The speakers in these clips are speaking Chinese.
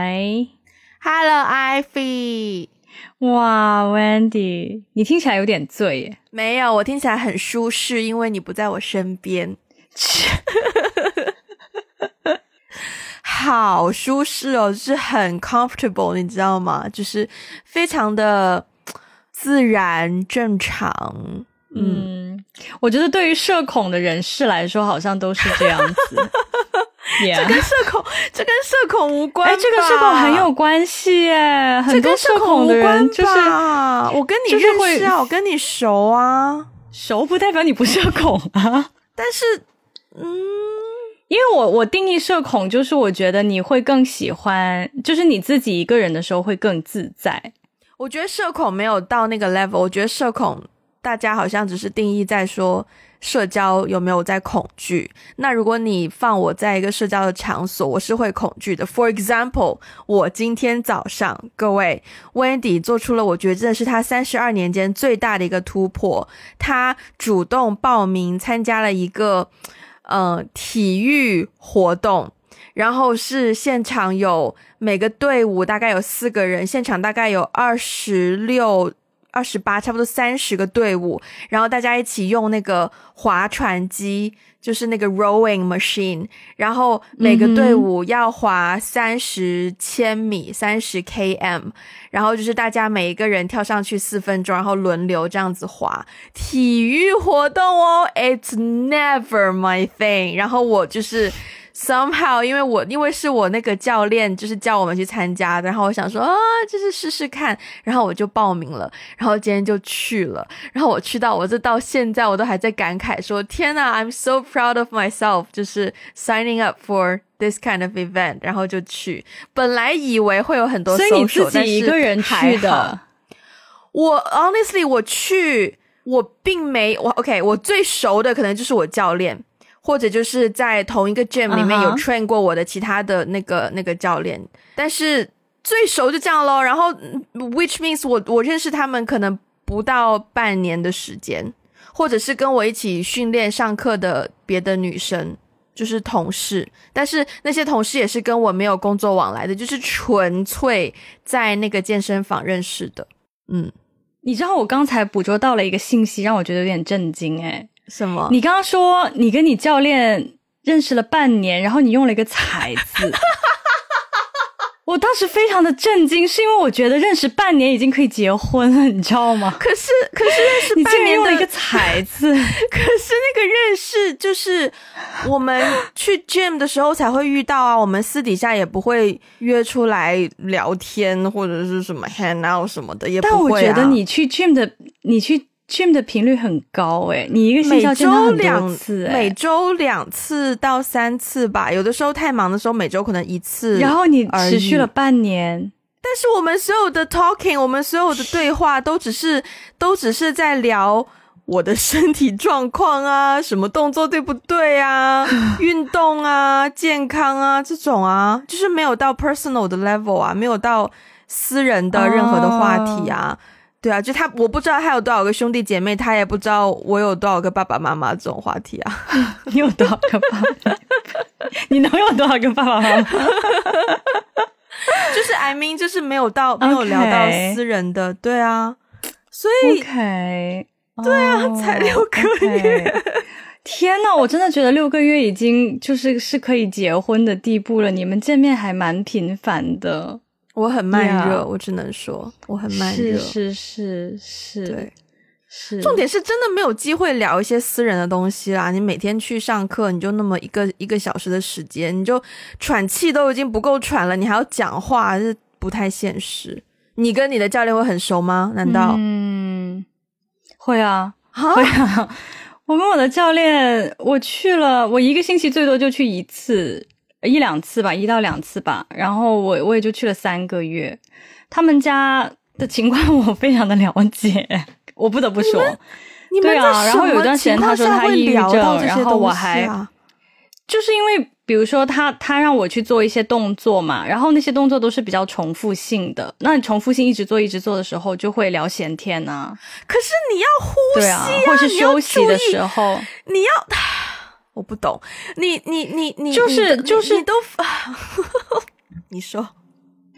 来。 Hello Ivy。 哇 Wendy 你听起来有点醉耶。 没有，我听起来很舒适，因为你不在我身边。好舒适哦，就是很 comfortable， 你知道吗？就是非常的自然正常。 我觉得对于社恐的人士来说好像都是这样子。 这跟社恐无关吧？ 这跟社恐很有关系耶。很多社恐的人就是我跟你认识啊，我跟你熟啊。 熟不代表你不社恐啊。 但是因为我定义社恐就是我觉得你会更喜欢，就是你自己一个人的时候会更自在。 我觉得社恐没有到那个 level， 我觉得社恐大家好像只是定义在说社交有没有在恐惧。那如果你放我在一个社交的场所，我是会恐惧的。 For example， 我今天早上各位 Wendy 做出了我觉得真的是他32年间最大的一个突破。他主动报名参加了一个体育活动，然后是现场有每个队伍大概有4个人，现场大概有26、28，差不多30个队伍，然后大家一起用那个划船机，就是那个 rowing machine， 然后每个队伍要划30千米30 km， 然后就是大家每一个人跳上去4分钟，然后轮流这样子划。体育活动哦 ，it's never my thing。然后我就是somehow， 因为是我那个教练就是叫我们去参加的，然后我想说就是试试看，然后我就报名了，然后今天就去了。然后我去到到现在我都还在感慨说，天哪 I'm so proud of myself， 就是 signing up for this kind of event， 然后就去。本来以为会有很多 social， 所以你自己一个人去的？ 我 honestly 我去，我并没我最熟的可能就是我教练，或者就是在同一个 gym 里面有 train 过我的其他的那个教练，但是最熟就这样咯。然后 which means 我认识他们可能不到半年的时间，或者是跟我一起训练上课的别的女生，就是同事，但是那些同事也是跟我没有工作往来的，就是纯粹在那个健身房认识的。 你知道我刚才捕捉到了一个信息，让我觉得有点震惊耶。 什么？ 你刚刚说你跟你教练认识了半年，然后你用了一个才字。我当时非常的震惊，是因为我觉得认识半年已经可以结婚了，你知道吗？ 可是认识半年的， 你竟然用了一个才字。 可是那个认识就是我们去 gym 的时候才会遇到啊，我们私底下也不会约出来聊天或者是什么 hang out 什么的，也不会啊。 但我觉得你去 gym 的频率很高诶，你一个星期要见到很多次诶， 每周2次到3次吧，有的时候太忙的时候每周可能1次， 然后你持续了半年。 但是我们所有的 talking， 我们所有的对话都只是在聊我的身体状况啊，什么动作对不对啊，运动啊，健康啊，这种啊，就是没有到 personal 的 level 啊，没有到私人的任何的话题啊。对啊，就我不知道他有多少个兄弟姐妹，他也不知道我有多少个爸爸妈妈，这种话题啊。 你有多少个爸爸？你能有多少个爸爸妈妈？ 就是 I mean 就是没有聊到私人的。对啊，所以 OK， 对啊，才6个月。 天哪，我真的觉得6个月已经是可以结婚的地步了，你们见面还蛮频繁的。 我很慢热，我只能说我很慢热。 是， 对， 是。 重点是真的没有机会聊一些私人的东西啦。你每天去上课，你就那么一个小时的时间，你就喘气都已经不够喘了，你还要讲话，这不太现实。你跟你的教练会很熟吗？难道？ 会啊，会啊。我跟我的教练，我去了，我一个星期最多就去1次。1-2次吧，1到2次吧，然后我也就去了3个月。他们家的情况我非常的了解，我不得不说。对啊，然后有一段时间他说他抑郁症，然后我还就是因为比如说他让我去做一些动作嘛，然后那些动作都是比较重复性的，那你重复性一直做的时候就会聊闲天啊。 可是你要呼吸啊， 或是休息的时候你要我不懂，你就是你都你说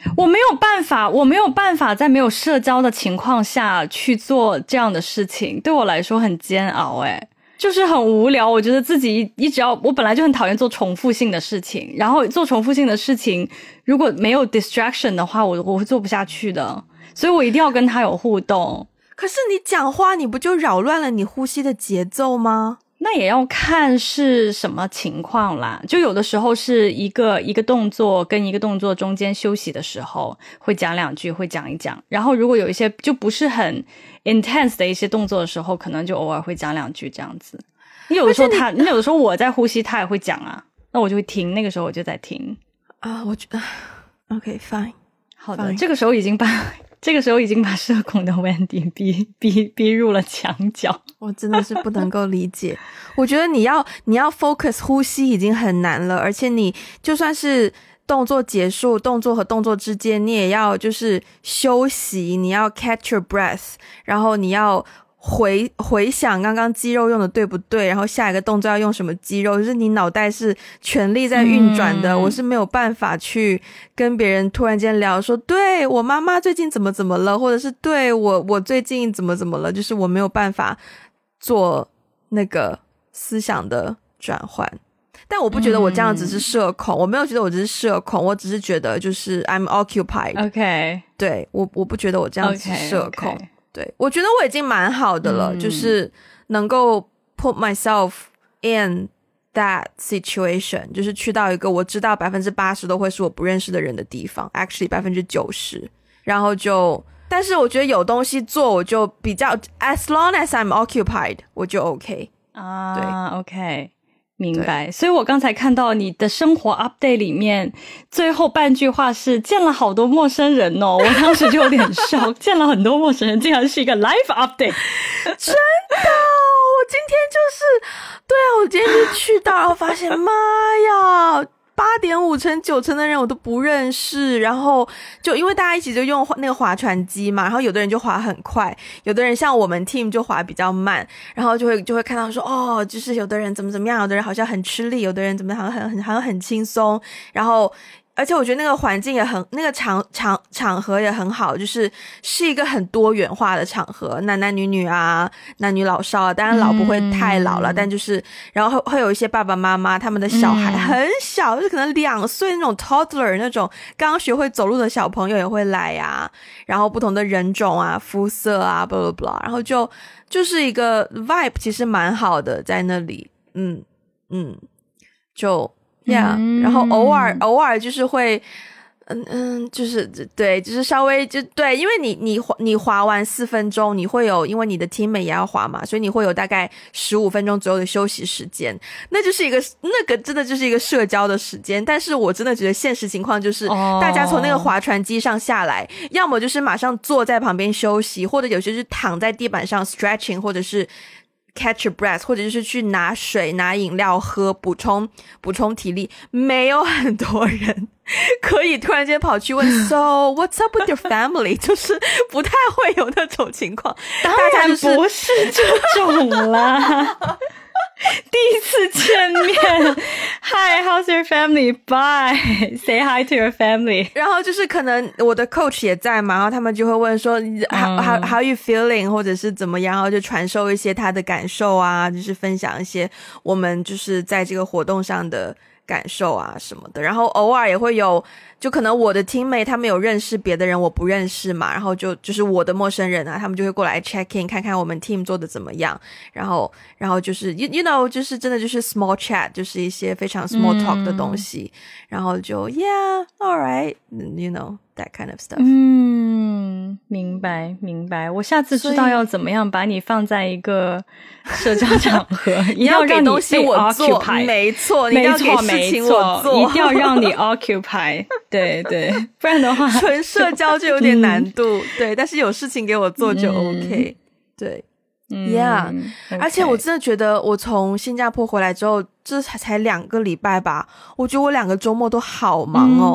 我没有办法在没有社交的情况下去做这样的事情，对我来说很煎熬就是很无聊。我觉得自己我本来就很讨厌做重复性的事情，然后做重复性的事情如果没有 distraction 的话，我会做不下去的，所以我一定要跟他有互动。 可是你讲话你不就扰乱了你呼吸的节奏吗？ 那也要看是什么情况啦，就有的时候是一个动作跟一个动作中间休息的时候会讲两句，会讲一讲，然后如果有一些就不是很 intense 的一些动作的时候，可能就偶尔会讲两句这样子。你有的时候我在呼吸，他也会讲啊，那我就会听，那个时候我就在听啊。我觉得 OK fine 好的，这个时候已经把社恐的 Wendy 逼入了墙角。 我真的是不能够理解。我觉得你要 focus 呼吸已经很难了，而且你就算是动作结束，动作和动作之间你也要就是休息，你要 catch your breath， 然后你要回想刚刚肌肉用的对不对，然后下一个动作要用什么肌肉，就是你脑袋是全力在运转的。我是没有办法去跟别人突然间聊说对我妈妈最近怎么了，或者是对我最近怎么了，就是我没有办法做那个思想的转换。但我不觉得我这样只是社恐，我没有觉得我只是社恐，我只是觉得就是 I'm occupied。 OK， 对，我不觉得我这样只是社恐。 okay. 对，我觉得我已经蛮好的了，就是能够 put myself in that situation， 就是去到一个我知道 80% 都会是我不认识的人的地方， actually 90%， 然后但是我觉得有东西做我就比较 as long as I'm occupied 我就 OK 啊。 对 OK，明白。所以我刚才看到你的生活 update 里面最后半句话是见了好多陌生人哦，我当时就有点shock 见了很多陌生人竟然是一个 live update。 真的，我今天对啊，我今天就去到然后发现妈呀8.5成9成的人我都不认识，然后就因为大家一起就用那个划船机嘛，然后有的人就划很快，有的人像我们 team 就划比较慢，然后就会看到说哦，就是有的人怎么样，有的人好像很吃力，有的人怎么好像很轻松，然后而且我觉得那个环境也很，那个场合也很好，是一个很多元化的场合，男女啊，男女老少啊，当然老不会太老了，但就是然后会有一些爸爸妈妈他们的小孩很小，就是可能2岁那种 toddler 那种刚刚学会走路的小朋友也会来啊，然后不同的人种啊，肤色啊 blah blah blah， 然后就是一个 vibe 其实蛮好的在那里。Yeah， 然后偶尔就是会就是对，就是稍微就对，因为你滑完4分钟，你会有，因为你的 teammate 也要滑嘛，所以你会有大概15分钟左右的休息时间，那就是那个真的就是一个社交的时间。但是我真的觉得现实情况就是大家从那个划船机上下来，要么就是马上坐在旁边休息，或者有些是躺在地板上 stretching， 或者是catch your breath， 或者就是去拿水拿饮料喝，补充体力。没有很多人可以突然间跑去问So what's up with your family， 就是不太会有那种情况。 当然不是这种啦第一次见面Hi how's your family Bye Say hi to your family， 然后就是可能我的 coach 也在嘛，然后他们就会问说how you feeling， 或者是怎么样，然后就传授一些他的感受啊，就是分享一些我们就是在这个活动上的感受啊什么的。然后偶尔也会有，就可能我的 teammate 他们有认识别的人我不认识嘛，然后就是我的陌生人啊，他们就会过来 check in 看看我们 team 做的怎么样，然后就是 you know 就是真的就是 small chat， 就是一些非常 small talk 的东西，然后就 yeah alright you know that kind of stuff。 明白，我下次知道要怎么样把你放在一个社交场合你要给东西我做，没错，你要给事情我做， 一定要让你 occupy 对，不然的话纯社交就有点难度对，但是有事情给我做就 OK。对Yeah， 而且我真的觉得我从新加坡回来之后，这才2个礼拜吧，我觉得我2个周末都好忙哦。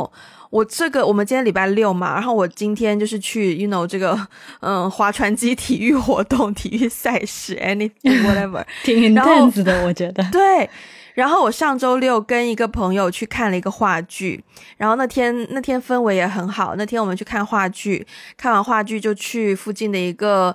我们今天礼拜六嘛，然后我今天就是去 you know 这个划船机体育活动体育赛事 anything whatever 挺 intense 的我觉得。 对，然后我上周六跟一个朋友去看了一个话剧，然后那天氛围也很好，那天我们去看话剧，看完话剧就去附近的一个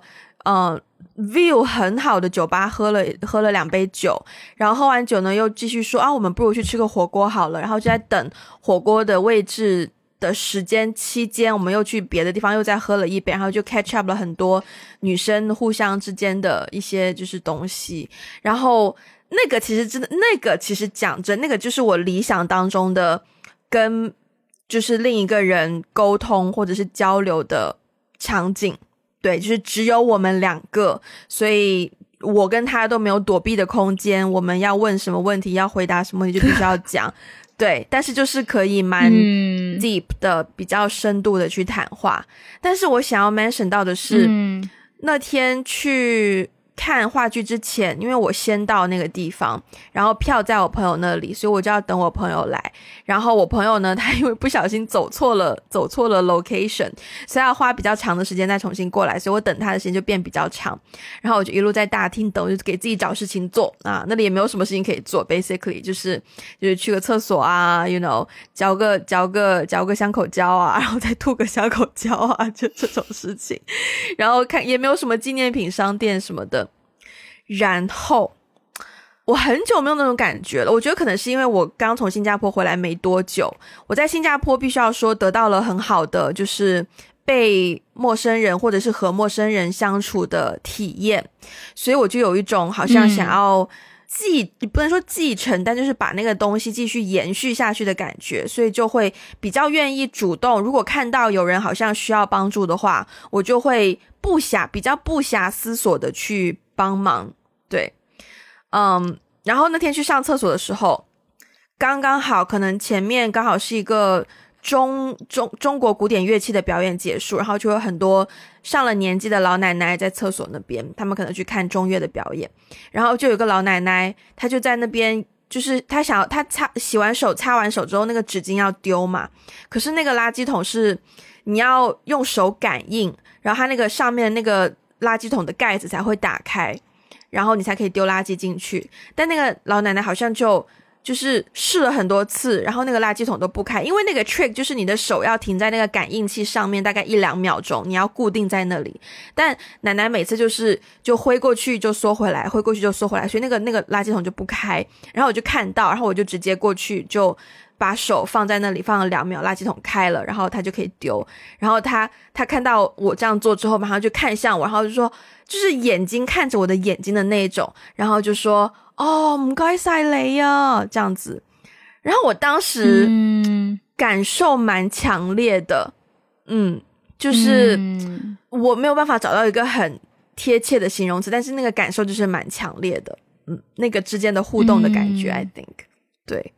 view 很好的酒吧喝了2杯酒，然后喝完酒呢又继续说我们不如去吃个火锅好了，然后就在等火锅的位置的时间期间，我们又去别的地方又再喝了一杯，然后就 catch up 了很多女生互相之间的一些就是东西，然后那个其实讲真，那个就是我理想当中的跟就是另一个人沟通或者是交流的场景。对，就是只有我们2个，所以我跟他都没有躲避的空间，我们要问什么问题要回答什么问题就必须要讲对，但是就是可以蛮 deep 的比较深度的去谈话。但是我想要 mention 到的是那天去看话剧之前，因为我先到那个地方，然后票在我朋友那里，所以我就要等我朋友来。然后我朋友呢，他因为不小心走错了 location， 所以要花比较长的时间再重新过来，所以我等他的时间就变比较长。然后我就一路在大厅等，我就给自己找事情做啊，那里也没有什么事情可以做 ，basically 就是去个厕所啊 ，you know， 嚼个香口胶啊，然后再吐个香口胶啊，就这种事情。然后看也没有什么纪念品商店什么的。然后我很久没有那种感觉了，我觉得可能是因为我刚从新加坡回来没多久，我在新加坡必须要说得到了很好的就是被陌生人或者是和陌生人相处的体验，所以我就有一种好像想要你不能说继承，但就是把那个东西继续延续下去的感觉，所以就会比较愿意主动，如果看到有人好像需要帮助的话，我就会比较不暇思索的去帮忙。对，然后那天去上厕所的时候，刚刚好，可能前面刚好是一个中国古典乐器的表演结束，然后就有很多上了年纪的老奶奶在厕所那边，他们可能去看中乐的表演，然后就有个老奶奶，她就在那边，就是她洗完手擦完手之后，那个纸巾要丢嘛，可是那个垃圾桶是你要用手感应，然后它那个上面的那个垃圾桶的盖子才会打开，然后你才可以丢垃圾进去。但那个老奶奶好像就是试了很多次，然后那个垃圾桶都不开，因为那个 trick 就是你的手要停在那个感应器上面大概1-2秒钟，你要固定在那里，但奶奶每次就挥过去就缩回来，挥过去就缩回来，所以那个垃圾桶就不开。然后我就看到，然后我就直接过去就把手放在那里放了2秒，垃圾桶开了，然后他就可以丢。然后他看到我这样做之后，马上就看向我，然后就说，就是眼睛看着我的眼睛的那种，然后就说唔該晒你啊，這樣子。然後我當時感受蠻強烈的，就是我沒有辦法找到一個很貼切的形容詞，但是那個感受就是蠻強烈的，那個之間的互動的感覺，I think， 對。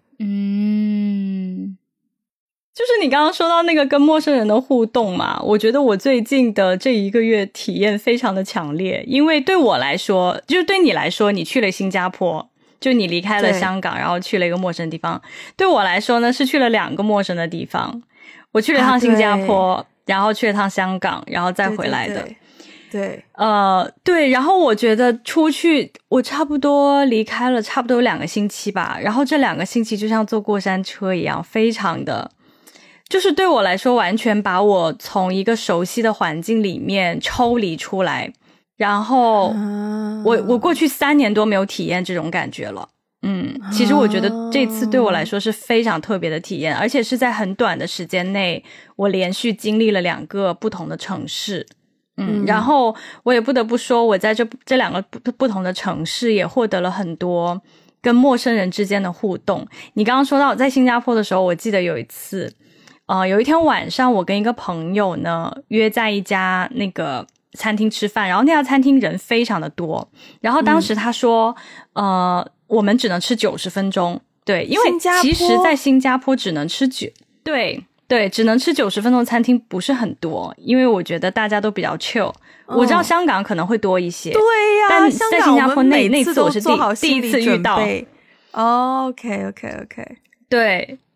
就是你刚刚说到那个跟陌生人的互动嘛，我觉得我最近的这1个月体验非常的强烈，因为对我来说，就是对你来说，你去了新加坡，就你离开了香港，然后去了一个陌生的地方。对我来说呢，是去了2个陌生的地方。我去了趟新加坡，然后去了趟香港，然后再回来的。 对， 对，然后我觉得出去，我差不多离开了差不多2个星期吧，然后这2个星期就像坐过山车一样，非常的。就是对我来说完全把我从一个熟悉的环境里面抽离出来，然后我过去3年多没有体验这种感觉了。其实我觉得这次对我来说是非常特别的体验，而且是在很短的时间内我连续经历了2个不同的城市。然后我也不得不说，我在这2个不同的城市也获得了很多跟陌生人之间的互动。你刚刚说到在新加坡的时候，我记得有一次有一天晚上，我跟一个朋友呢约在一家那个餐厅吃饭，然后那家餐厅人非常的多，然后当时他说我们只能吃90分钟，对，因为其实在新加坡只能吃对，只能吃90分钟的餐厅不是很多，因为我觉得大家都比较 chill。我知道香港可能会多一些， 对呀， 但在新加坡那次我是第一次遇到。 OK， 对，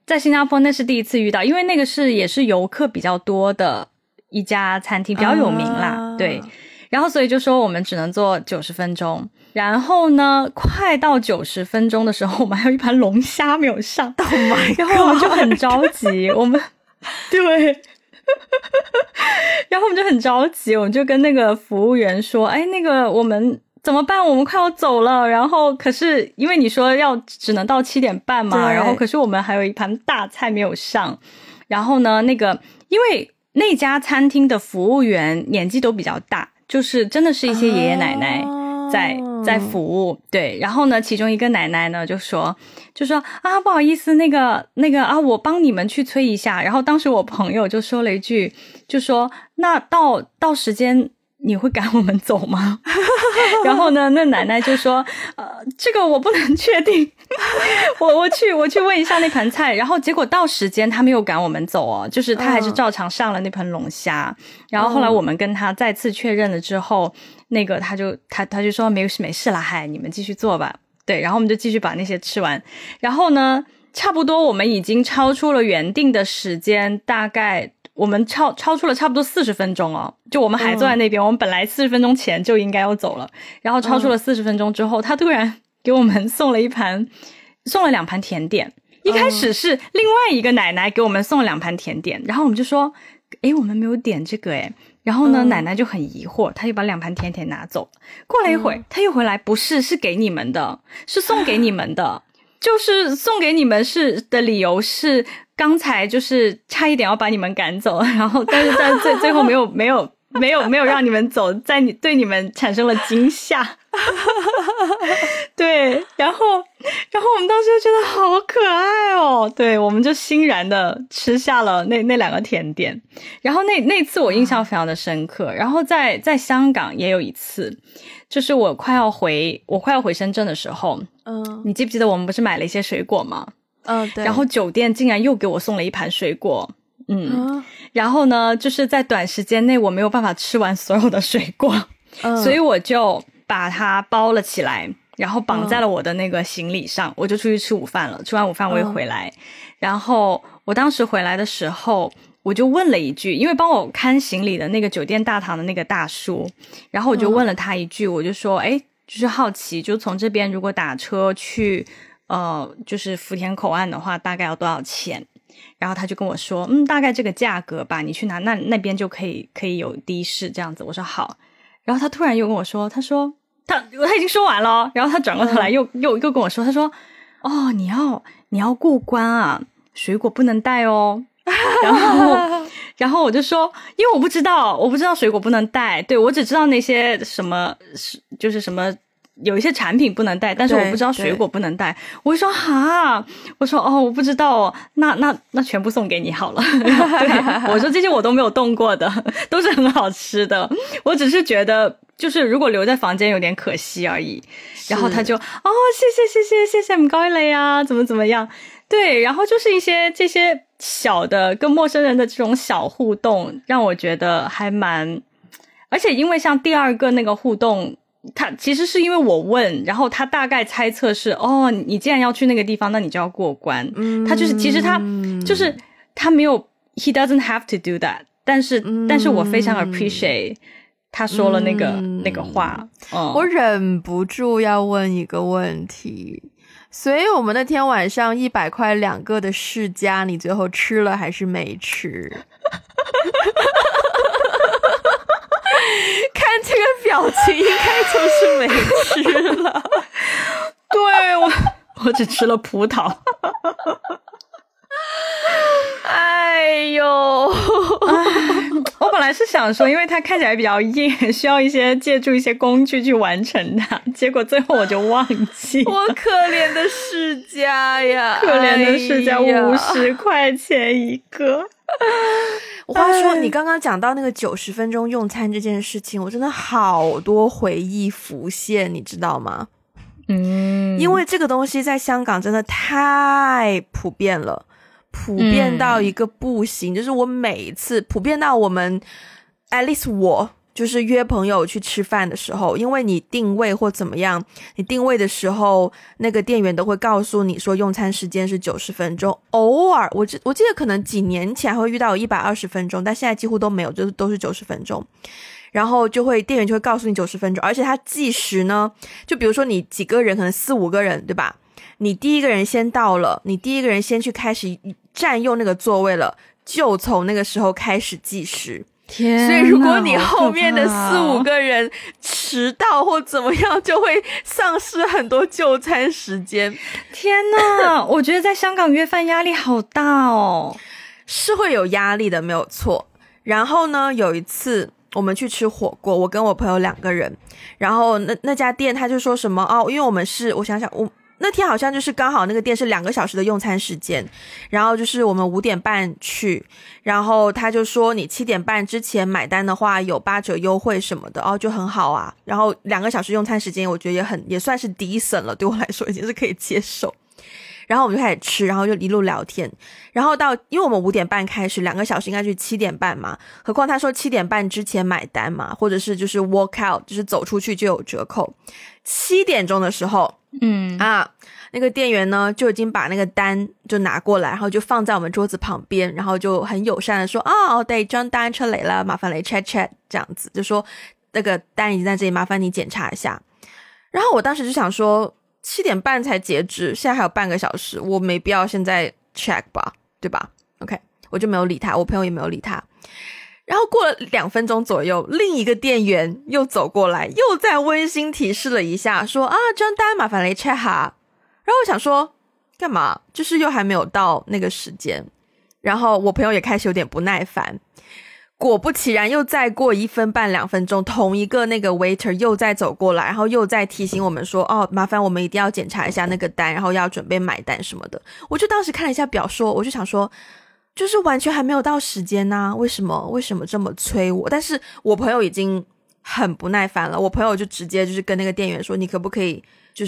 在新加坡那是第一次遇到，因为那个也是游客比较多的一家餐厅，比较有名啦，对。然后所以就说我们只能坐90分钟，然后呢快到90分钟的时候，我们还有一盘龙虾没有上 ，Oh my god， 然后我们就很着急，我们对。然后我们就很着急，我们就跟那个服务员说，哎，那个我们怎么办？我们快要走了。然后可是因为你说只能到7点半嘛，然后可是我们还有一盘大菜没有上。然后呢，那个因为那家餐厅的服务员年纪都比较大，就是真的是一些爷爷奶奶在服务，对。然后呢，其中一个奶奶呢就说啊，不好意思，那个啊，我帮你们去催一下。然后当时我朋友就说了一句，就说那到时间你会赶我们走吗？然后呢，那奶奶就说这个我不能确定。我去问一下那盘菜。然后结果到时间他没有赶我们走哦，就是他还是照常上了那盆龙虾。然后后来我们跟他再次确认了之后，那个他就说没事啦，嗨，你们继续做吧。对，然后我们就继续把那些吃完。然后呢，差不多我们已经超出了原定的时间，大概我们超出了差不多40分钟哦，就我们还坐在那边，我们本来40分钟前就应该要走了，然后超出了40分钟之后，他突然给我们送了2盘甜点。一开始是另外一个奶奶给我们送了2盘甜点，然后我们就说，诶，我们没有点这个诶。然后呢，奶奶就很疑惑，她就把2盘甜点拿走。过了一会儿，她又回来，不是给你们的，是送给你们的。就是送给你们的理由是刚才就是差一点要把你们赶走，然后但是最后没有让你们走，对你们产生了惊吓。对，然后我们当时就觉得好可爱哦，对，我们就欣然的吃下了那2个甜点。然后那次我印象非常的深刻。然后在香港也有一次，就是我快要回深圳的时候，你记不记得我们不是买了一些水果吗？ 对。 然后酒店竟然又给我送了一盘水果。然后呢，就是在短时间内我没有办法吃完所有的水果，所以我就把它包了起来，然后绑在了我的那个行李上，我就出去吃午饭了。吃完午饭我又回来，然后我当时回来的时候，我就问了一句，因为帮我看行李的那个酒店大堂的那个大叔，然后我就问了他一句，我就说，诶，就是好奇，就从这边如果打车去就是福田口岸的话，大概要多少钱？然后他就跟我说，大概这个价格吧，你去拿那边就可以有的士这样子。我说好。然后他突然又跟我说，他说他已经说完了，然后他转过头来又跟我说，他说哦，你要过关啊，水果不能带哦。然后我就说，因为我不知道水果不能带，对，我只知道那些什么就是什么有一些产品不能带，但是我不知道水果不能带。我就说哈，我说哦，我不知道哦，那全部送给你好了。对，我说这些我都没有动过的，都是很好吃的，我只是觉得就是如果留在房间有点可惜而已。然后他就谢谢唔该你啊，怎么样。对，然后就是一些这些小的跟陌生人的这种小互动，让我觉得还蛮，而且因为像第二个那个互动，他其实是因为我问，然后他大概猜测是哦，你既然要去那个地方，那你就要过关。他就是其实他就是他没有 he doesn't have to do that， 但是我非常 appreciate 他说了那个话。 我忍不住要问一个问题，所以我们那天晚上100块2个的世家，你最后吃了还是没吃？看这个表情应该就是没吃了。 对，我只吃了葡萄。 哎呦， 我本来是想说，因为它看起来比较硬，需要借助一些工具去完成它，结果最后我就忘记了。 我可怜的世家呀， 可怜的世家，50块钱一个。 话说你刚刚讲到那个90分钟用餐这件事情，我真的好多回忆浮现，你知道吗？因为这个东西在香港真的太普遍了，普遍到一个不行，就是我每一次普遍到我们 at least 我就是约朋友去吃饭的时候，因为你定位或怎么样，你定位的时候那个店员都会告诉你说用餐时间是90分钟，偶尔我记得可能几年前还会遇到有120分钟，但现在几乎都没有，就是都是90分钟。然后店员就会告诉你90分钟，而且他计时呢，就比如说你几个人，可能4、5个人，对吧？你第一个人先到了，你第一个人先去开始占用那个座位了，就从那个时候开始计时。 天哪， 所以如果你后面的4、5个人迟到或怎么样，就会丧失很多就餐时间。 天哪，我觉得在香港约饭压力好大哦。 是会有压力的，没有错。然后呢，有一次我们去吃火锅，我跟我朋友2个人，然后那家店他就说什么因为我想想，我那天好像就是刚好那个店是2个小时的用餐时间，然后就是我们5点半去，然后他就说你7点半之前买单的话有8折优惠什么的，就很好啊。然后2个小时用餐时间，我觉得也算是decent了，对我来说已经是可以接受。然后我们就开始吃，然后就一路聊天，然后因为我们5点半开始，2个小时应该是7点半嘛，何况他说7点半之前买单嘛，或者是就是 walk out， 就是走出去就有折扣。7点钟的时候那个店员呢就已经把那个单就拿过来，然后就放在我们桌子旁边，然后就很友善的说對，張單出嚟啦，麻煩你 check check， 這樣子就說那個單已經在這裡，麻煩你檢查一下。然後我當時就想說7點半才截止，現在還有半個小時，我沒必要現在 check 吧，對吧 ？OK， 我就沒有理他，我朋友也沒有理他。然後過了2分鐘左右，另一個店員又走過來，又再溫馨提示了一下，說張單麻煩你 check 下。然後我想說幹嘛，就是又還沒有到那個時間。然後我朋友也開始有點不耐煩，果不其然又再過1分半2分鐘，同一個那個 waiter 又再走過來，然後又再提醒我們說麻煩我們一定要檢查一下那個單，然後要準備買單什麼的。我就當時看了一下表，我就想說就是完全還沒有到時間啊，為什麼這麼催我？但是我朋友已經很不耐煩了，我朋友就直接就是跟那個店員說，你可不可以就是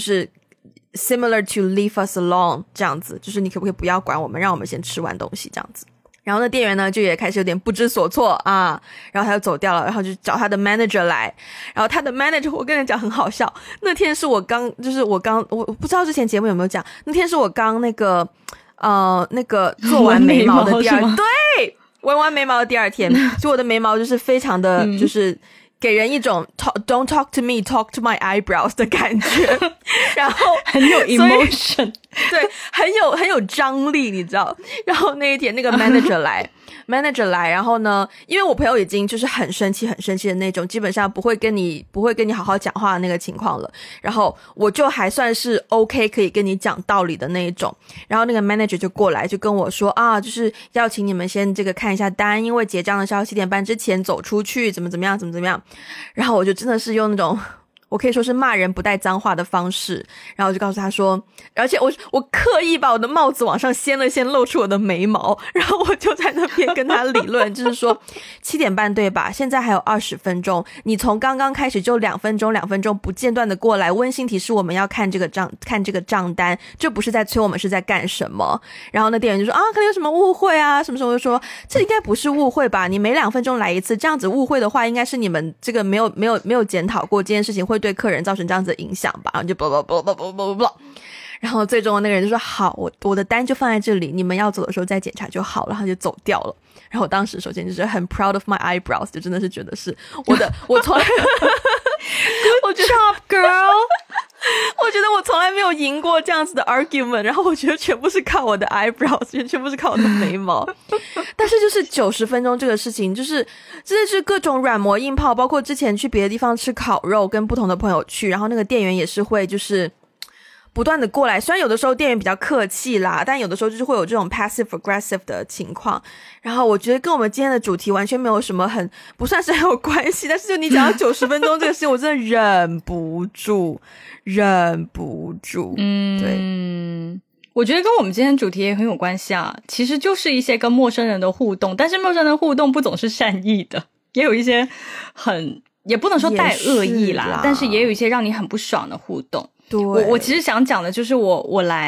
similar to leave us alone 這樣子，就是你可不可以不要管我們，讓我們先吃完東西這樣子。然後那店員呢就也開始有點不知所措然後他就走掉了，然後就找他的 manager 來，然後他的 manager 我跟你講很好笑，那天是我不知道之前節目有沒有講，那天是我剛那個做完眉毛的第二天，對，紋完眉毛的第二天，就我的眉毛就是非常的就是給人一種 don't talk to me, talk to my eyebrows 的感覺，然後很有 emotion， 對，很有張力，你知道。然後那一天那個 manager 來，然後呢，因為我朋友已經就是很生氣的那種，基本上不會跟你好好講話的那個情況了。然後我就還算是 OK 可以跟你講道理的那一種。然後那個 manager 就過來就跟我說就是要請你們先這個看一下單，因為結賬的時候7點半之前走出去，怎麼樣。然後我就真的是用那種我可以說是罵人不帶髒話的方式，然後我就告訴他說，而且我刻意把我的帽子往上掀了掀，露出我的眉毛，然後我就在那邊跟他理論，就是說7點半對吧，現在還有20分鐘，你從剛剛開始就2分鐘不間斷的過來，溫馨提示我們要看這個賬單，這不是在催我們是在幹什麼。然後那店員就說可能有什麼誤會啊什麼什麼，就說這應該不是誤會吧，你每2分鐘來一次，這樣子誤會的話應該是你們這個沒有檢討過這件事情會對客人造成這樣子的影響吧，然後就然後最終那個人就說好，我的單就放在這裡，你們要走的時候再檢查就好了，然後就走掉了。然後我當時首先就是很 proud of my eyebrows， 就真的是覺得是我從來 Good job girl 我覺得我從來沒有贏過這樣子的 argument， 然後我覺得全部是靠我的 eyebrows， 全部是靠我的眉毛。但是就是90分鐘這個事情，就是真的是各種軟磨硬泡，包括之前去別的地方吃烤肉，跟不同的朋友去，然後那個店員也是會就是不斷的過來，雖然有的時候店員比較客氣啦，但有的時候就是會有這種 passive aggressive 的情況。然後我覺得跟我們今天的主題完全沒有什麼不算是很有關係，但是就你講到90分鐘這個事情，我真的忍不住。對， 我覺得跟我們今天主題也很有關係啊，其實就是一些跟陌生人的互動，但是陌生人的互動不總是善意的，也有一些也不能說帶惡意啦，但是也有一些讓你很不爽的互動。對，我其實想講的就是我來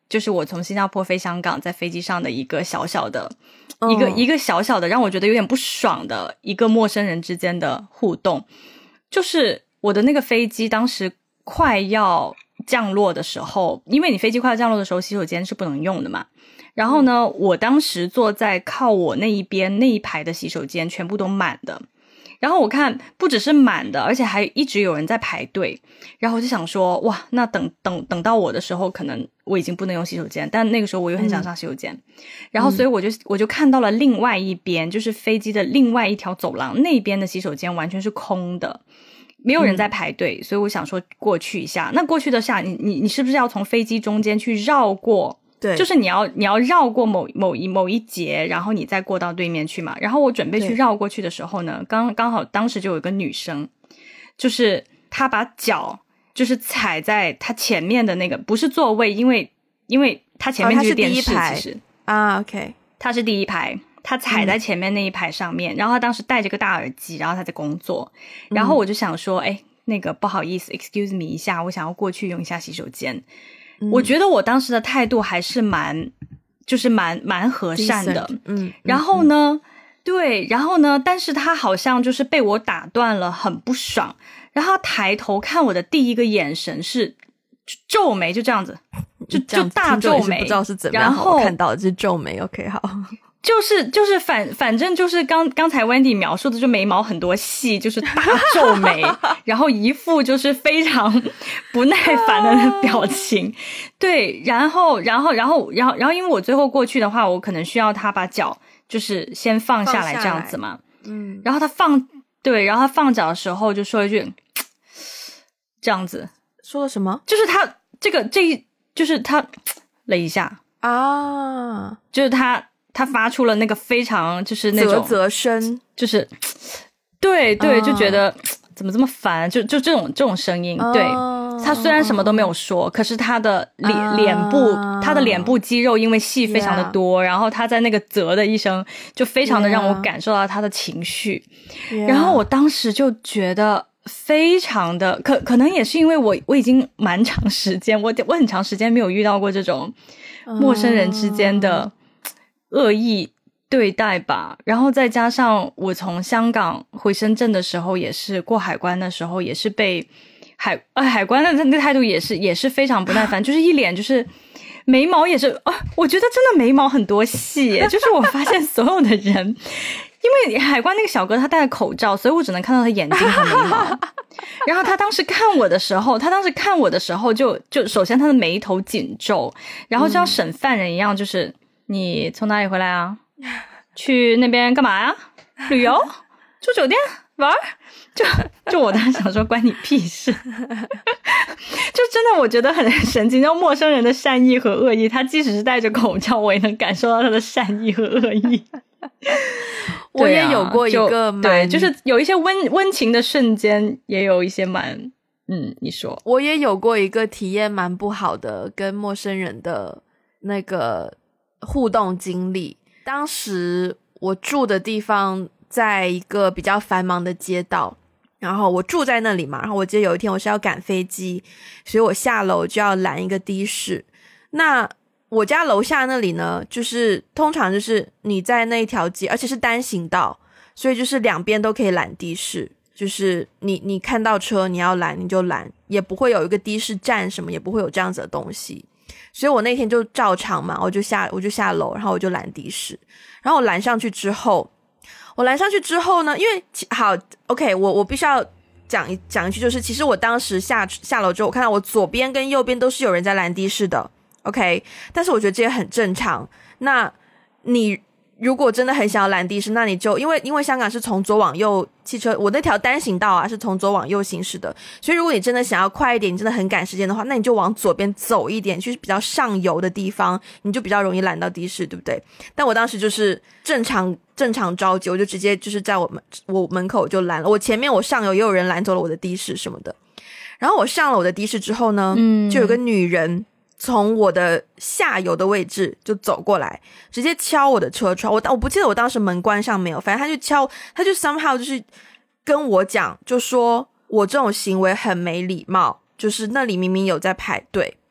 就是我从新加坡飞香港在飞机上的一个小小的一个小小的让我觉得有点不爽的一个陌生人之间的互动。就是我的那个飞机当时快要降落的时候，因为你飞机快要降落的时候洗手间是不能用的嘛，然后呢我当时坐在靠我那一边那一排的洗手间全部都满的，然后我看不只是满的，而且还一直有人在排队，然后我就想说哇，那等到我的时候可能我已经不能用洗手间，但那个时候我又很想上洗手间，然后所以我就看到了另外一边，就是飞机的另外一条走廊那边的洗手间完全是空的，没有人在排队，所以我想说过去一下。那过去的下你是不是要从飞机中间去绕过？ 对， 就是你要绕过某一节，然后你再过到对面去嘛。然后我准备去绕过去的时候呢，刚好当时就有一个女生，就是她把脚就是踩在她前面的那个不是座位，因为她前面就是电视，其实啊 ，OK， 她是第一排，她踩在前面那一排上面，然后她当时戴着个大耳机，然后她在工作，然后我就想说，那个不好意思 ，excuse me 一下，我想要过去用一下洗手间。我觉得我当时的态度还是蛮和善的，然后呢，对，然后呢，但是他好像就是被我打断了，很不爽，然后他抬头看我的第一个眼神是皱眉，就这样子，就大皱眉， 不知道是怎么样， 然后我看到的是皱眉 ，OK， 好。 就是反正就是刚才 Wendy 描述的，就眉毛很多细，就是大皱眉，然后一副就是非常不耐烦的表情。对，然后因为我最后过去的话，我可能需要他把脚就是先放下来这样子嘛。然后他放脚的时候就说一句这样子。 说了什么？ 就是他就是他了一下啊， 就是他发出了那个非常就是那种啧声，就是对，就觉得怎么这么烦，就这种声音。对，他虽然什么都没有说，可是他的脸部肌肉因为戏非常的多，然后他在那个啧的一声就非常的让我感受到他的情绪，然后我当时就觉得非常的可能也是因为我已经蛮长时间我很长时间没有遇到过这种陌生人之间的恶意对待吧，然后再加上我从香港回深圳的时候，也是过海关的时候，也是被海关的那个态度也是非常不耐烦，就是一脸就是眉毛也是我觉得真的眉毛很多细耶，就是我发现所有的人，因为海关那个小哥他戴了口罩，所以我只能看到他眼睛和眉毛。然后他当时看我的时候就首先他的眉头紧皱，然后就像审犯人一样，就是你从哪里回来啊？去那边干嘛呀？旅游？住酒店？玩？就我当时想说关你屁事。就真的我觉得很神奇，叫陌生人的善意和恶意，他即使是戴着口罩我也能感受到他的善意和恶意。 我也有过一个对，就是有一些温情的瞬间，也有一些你说。 我也有过一个体验蛮不好的跟陌生人的那个互动经历。当时我住的地方在一个比较繁忙的街道，然后我住在那里嘛，然后我记得有一天我是要赶飞机，所以我下楼就要拦一个的士。那我家楼下那里呢，就是通常就是你在那一条街，而且是单行道，所以就是两边都可以拦的士，就是你看到车你要拦你就拦，也不会有一个的士站什么，也不会有这样子的东西。所以我那天就照常嘛，我就下楼，然后我就拦的士，然后我拦上去之后呢，因为好 OK， 我必须要讲一句，就是其实我当时下楼之后，我看到我左边跟右边都是有人在拦的士的 OK， 但是我觉得这也很正常。那你如果真的很想要拦的士，那你就因为香港是从左往右，汽车我那条单行道啊是从左往右行驶的，所以如果你真的想要快一点，你真的很赶时间的话，那你就往左边走一点，去比较上游的地方，你就比较容易拦到的士，对不对？但我当时就是正常着急，我就直接就是在我门口我就拦了，我前面我上游也有人拦走了我的的士什么的。然后我上了我的的士之后呢，就有个女人从我的下游的位置就走过来，直接敲我的车窗。我不记得我当时门关上没有，反正他就 somehow 就是跟我讲，就说我这种行为很没礼貌，就是那里明明有在排队。然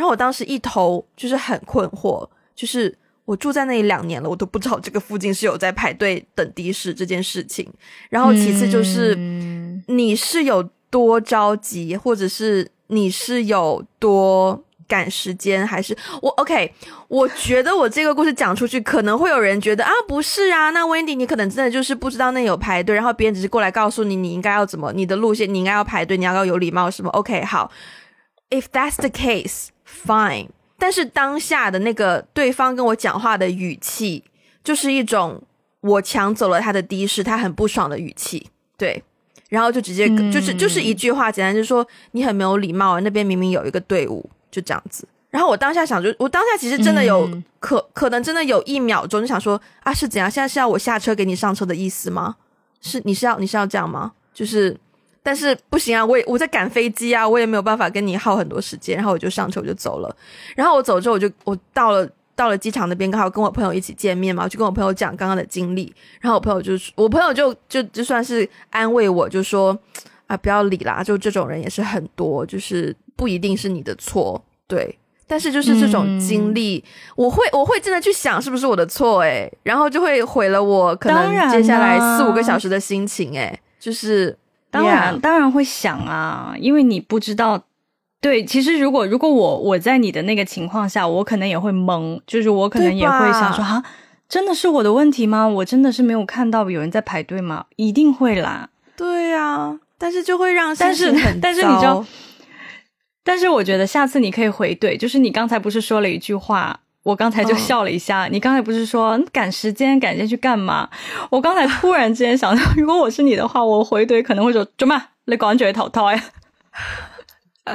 然后我当时一头就是很困惑，就是我住在那里2年了，我都不知道这个附近是有在排队等的士这件事情。然后其次就是你是有多着急，或者是你是有多赶时间，还是我觉得我这个故事讲出去可能会有人觉得啊不是啊，那 Wendy 你可能真的就是不知道那有排队，然后别人只是过来告诉你你应该要怎么，你的路线你应该要排队，你要有礼貌什么。 OK 好， if that's the case fine， 但是当下的那个对方跟我讲话的语气就是一种我抢走了他的的士，他很不爽的语气，对，然后就直接就是一句话，简单就是说你很没有礼貌，那边明明有一个队伍，就这样子。然后我当下想，我当下其实真的有可能真的有1秒钟就想说啊是怎样，现在是要我下车给你上车的意思吗？你是要这样吗？就是但是不行啊，我在赶飞机啊，我也没有办法跟你耗很多时间，然后我就上车我就走了。然后我走之后我到了机场那边，刚好跟我朋友一起见面嘛，我就跟我朋友讲刚刚的经历，然后我朋友就算是安慰我，就说啊不要理啦，就这种人也是很多，就是不一定是你的错，对。但是就是这种经历，我会真的去想是不是我的错然后就会毁了我可能接下来4-5个小时的心情就是当然会想啊，因为你不知道。对，其实如果我在你的那个情况下，我可能也会懵，就是我可能也会想说啊，真的是我的问题吗？我真的是没有看到有人在排队吗？一定会啦。 对啊，但是就会让心情很糟。 但是你知道，但是我觉得下次你可以回怼，就是你刚才不是说了一句话，我刚才就笑了一下。你刚才不是说赶时间去干嘛？我刚才突然之间想到，如果我是你的话，我回怼可能会说做咩？你趕住去投胎啊！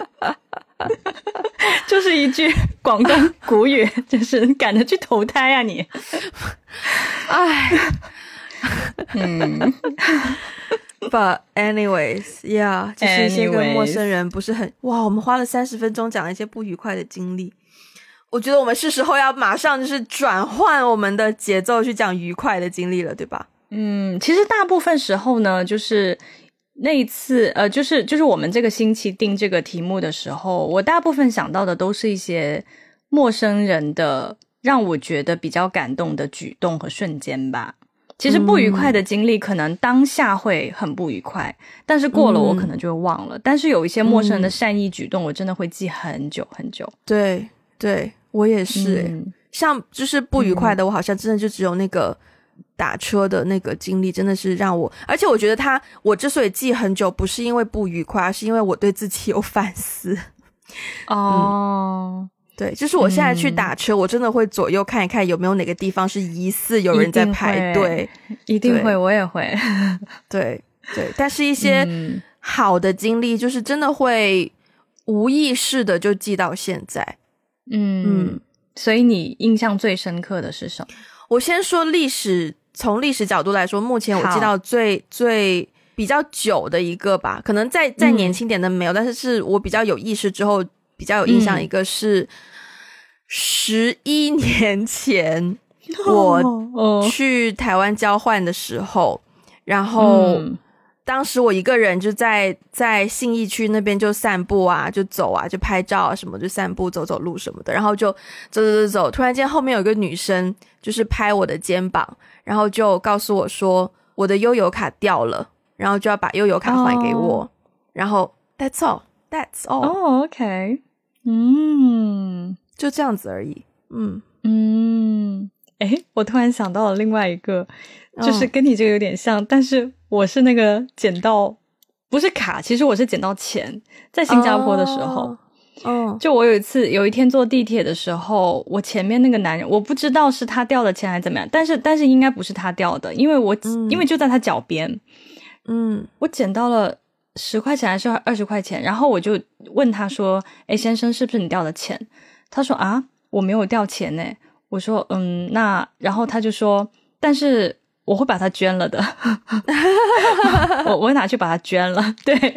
就是一句广东古语，就是赶着去投胎啊你！ 哎，But anyways, yeah， 就是一些跟陌生人不是很哇，我们花了30分钟讲了一些不愉快的经历。我觉得我们是时候要马上就是转换我们的节奏去讲愉快的经历了，对吧？ 其实大部分时候呢，就是那一次就是我们这个星期定这个题目的时候，我大部分想到的都是一些陌生人的让我觉得比较感动的举动和瞬间吧。其实不愉快的经历可能当下会很不愉快，但是过了我可能就会忘了。但是有一些陌生人的善意举动，我真的会记很久很久。 对对，我也是像就是不愉快的，我好像真的就只有那个打车的那个经历，真的是让我，而且我觉得我之所以记很久，不是因为不愉快，而是因为我对自己有反思。对，就是我现在去打车，我真的会左右看一看有没有哪个地方是疑似有人在排队。 一定会，我也会。 对对，但是一些好的经历，就是真的会无意识的就记到现在。 所以你印象最深刻的是什么？ 我先说从历史角度来说，目前我记到最比较久的一个吧，可能再年轻点的没有，但是我比较有意识之后比较有印象，一个是11年前我去台湾交换的时候，然后当时我一个人就在信义区那边就散步啊，就走啊，就拍照啊什么，就散步走路什么的，然后就走，突然间后面有一个女生就是拍我的肩膀，然后就告诉我说我的悠游卡掉了，然后就要把悠游卡还给我，然后 that's all。 OK， 就这样子而已。 我突然想到了另外一个，就是跟你这个有点像，但是我是那个捡到不是卡，其实我是捡到钱，在新加坡的时候。就我有一天坐地铁的时候，我前面那个男人，我不知道是他掉的钱还是怎么样，但是应该不是他掉的，因为就在他脚边。我捡到了10块钱还是20块钱，然后我就问他说先生是不是你掉的钱？他说啊我没有掉钱耶。我说那然后他就说但是我会把它捐了的我会拿去把它捐了。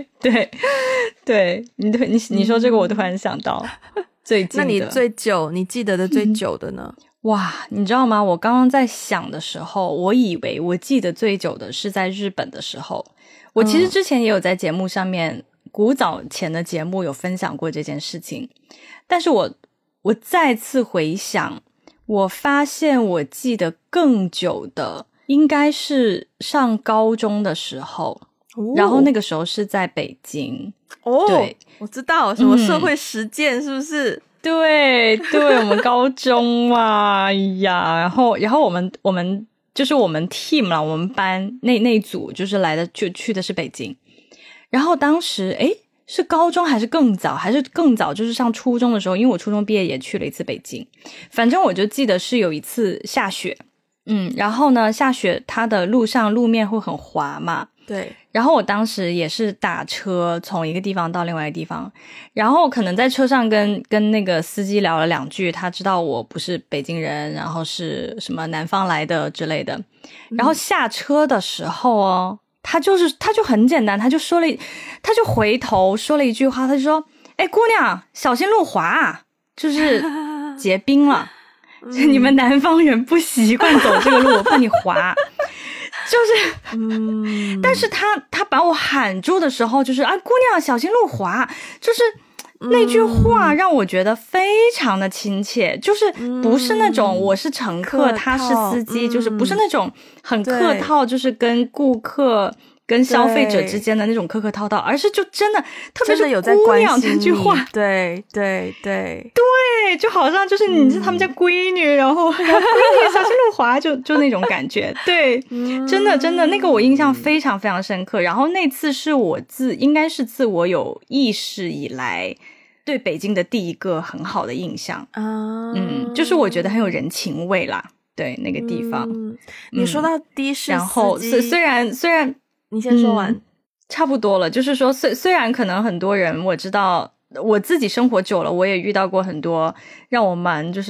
对你说这个我突然想到最近的。 那你记得的最久的呢？ 哇，你知道吗？我刚刚在想的时候，我以为我记得最久的是在日本的时候。我其实之前也有在节目上面古早前的节目有分享过这件事情，但是我再次回想，我发现我记得更久的应该是上高中的时候，然后那个时候是在北京。对， 我知道什么社会实践是不是？ 对，我们高中嘛，哎呀，然后我们就是我们 team 啦，我们班那一组就是来的，就去的是北京。然后当时是高中还是更早，就是上初中的时候，因为我初中毕业也去了一次北京。反正我就记得是有一次下雪，然后呢下雪它的路面会很滑嘛， 对。 然后我当时也是打车从一个地方到另外一个地方，然后可能在车上跟那个司机聊了2句，他知道我不是北京人，然后是什么南方来的之类的。然后下车的时候他就很简单，他就回头说了一句话，他就说：“哎，姑娘，小心路滑啊，就是结冰了。你们南方人不习惯走这个路，我怕你滑。”但是他把我喊住的时候，就是姑娘小心路滑，就是那句话让我觉得非常的亲切，就是不是那种我是乘客他是司机，就是不是那种很客套，就是跟顾客跟消费者之间的那种客套，而是就真的特别是姑娘这句话， 对， 就好像就是你是他们家闺女，然后闺女小心路滑，就那种感觉。对，真的那个我印象非常非常深刻。然后那次是应该是自我有意识以来对北京的第一个很好的印象就是我觉得很有人情味啦。对，那个地方你说到的士司机， 然后虽然你先说完差不多了，就是说虽然可能很多人，我知道我自己生活久了，我也遇到过很多让我蛮就是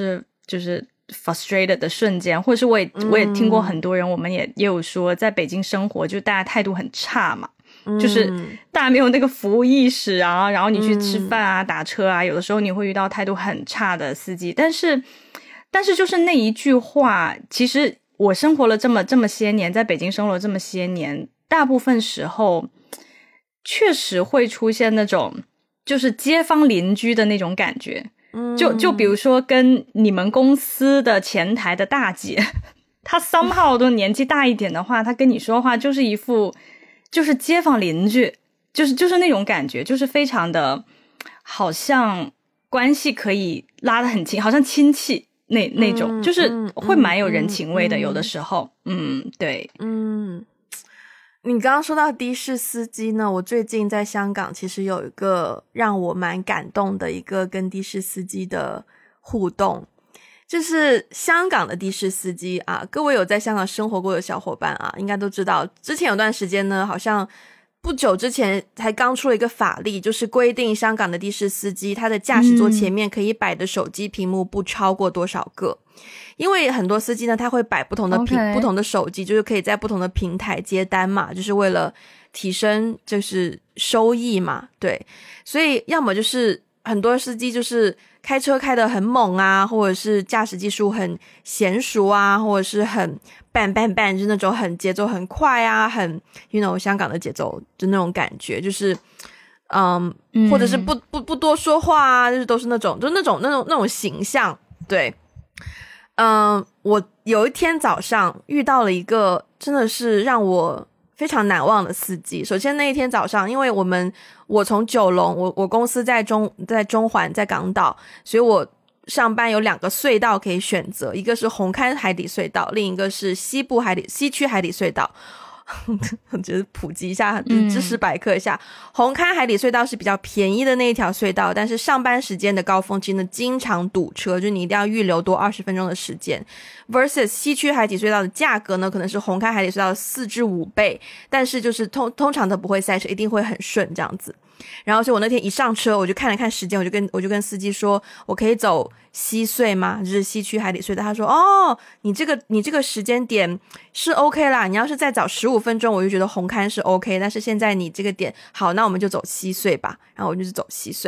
frustrated 的瞬间，或者是我也听过很多人，我们也有说在北京生活就大家态度很差嘛，就是大家没有那个服务意识啊，然后你去吃饭啊打车啊，有的时候你会遇到态度很差的司机，但是就是那一句话，其实我生活了这么些年，在北京生活了这么些年，大部分时候确实会出现那种就是街坊邻居的那种感觉。就比如说跟你们公司的前台的大姐，她 somehow 都年纪大一点的话，她跟你说话就是一副就是街坊邻居，就是那种感觉，就是非常的好像关系可以拉得很近，好像亲戚那种，就是会蛮有人情味的，有的时候对。 你刚刚说到的士司机呢，我最近在香港其实有一个让我蛮感动的一个跟的士司机的互动，就是香港的的士司机啊，各位有在香港生活过的小伙伴啊，应该都知道，之前有段时间呢，好像不久之前才刚出了一个法例，就是规定香港的的士司机他的驾驶座前面可以摆的手机屏幕不超过多少个。因为很多司机呢，他会摆不同的不同的手机，就是可以在不同的平台接单嘛，就是为了提升就是收益嘛，对。所以要么就是很多司机就是开车开得很猛啊，或者是驾驶技术很娴熟啊，或者是很 bang bang bang， 就是那种很节奏很快啊，很 香港的节奏就那种感觉，就是或者是不多说话啊，就是都是那种形象，对。我有一天早上遇到了一个真的是让我非常难忘的司机。首先那一天早上，因为我从九龙，我公司在中环，在港岛，所以我上班有2个隧道可以选择，一个是红磡海底隧道，另一个是西区海底隧道。我觉得普及一下，知识百科一下，红磡海底隧道是比较便宜的那一条隧道，但是上班时间的高峰期呢，经常堵车，就你一定要预留多20分钟的时间 versus 西区海底隧道的价格呢，可能是红磡海底隧道的4至5倍，但是就是通常都不会塞车，一定会很顺这样子。然后所以我那天一上车，我就看了看时间，我就跟司机说，我可以走西隧吗？就是西区海底隧道。他说你这个时间点是 OK 啦，你要是再早15分钟，我就觉得红磡是 OK， 但是现在你这个点好，那我们就走西隧吧。然后我就是走西隧。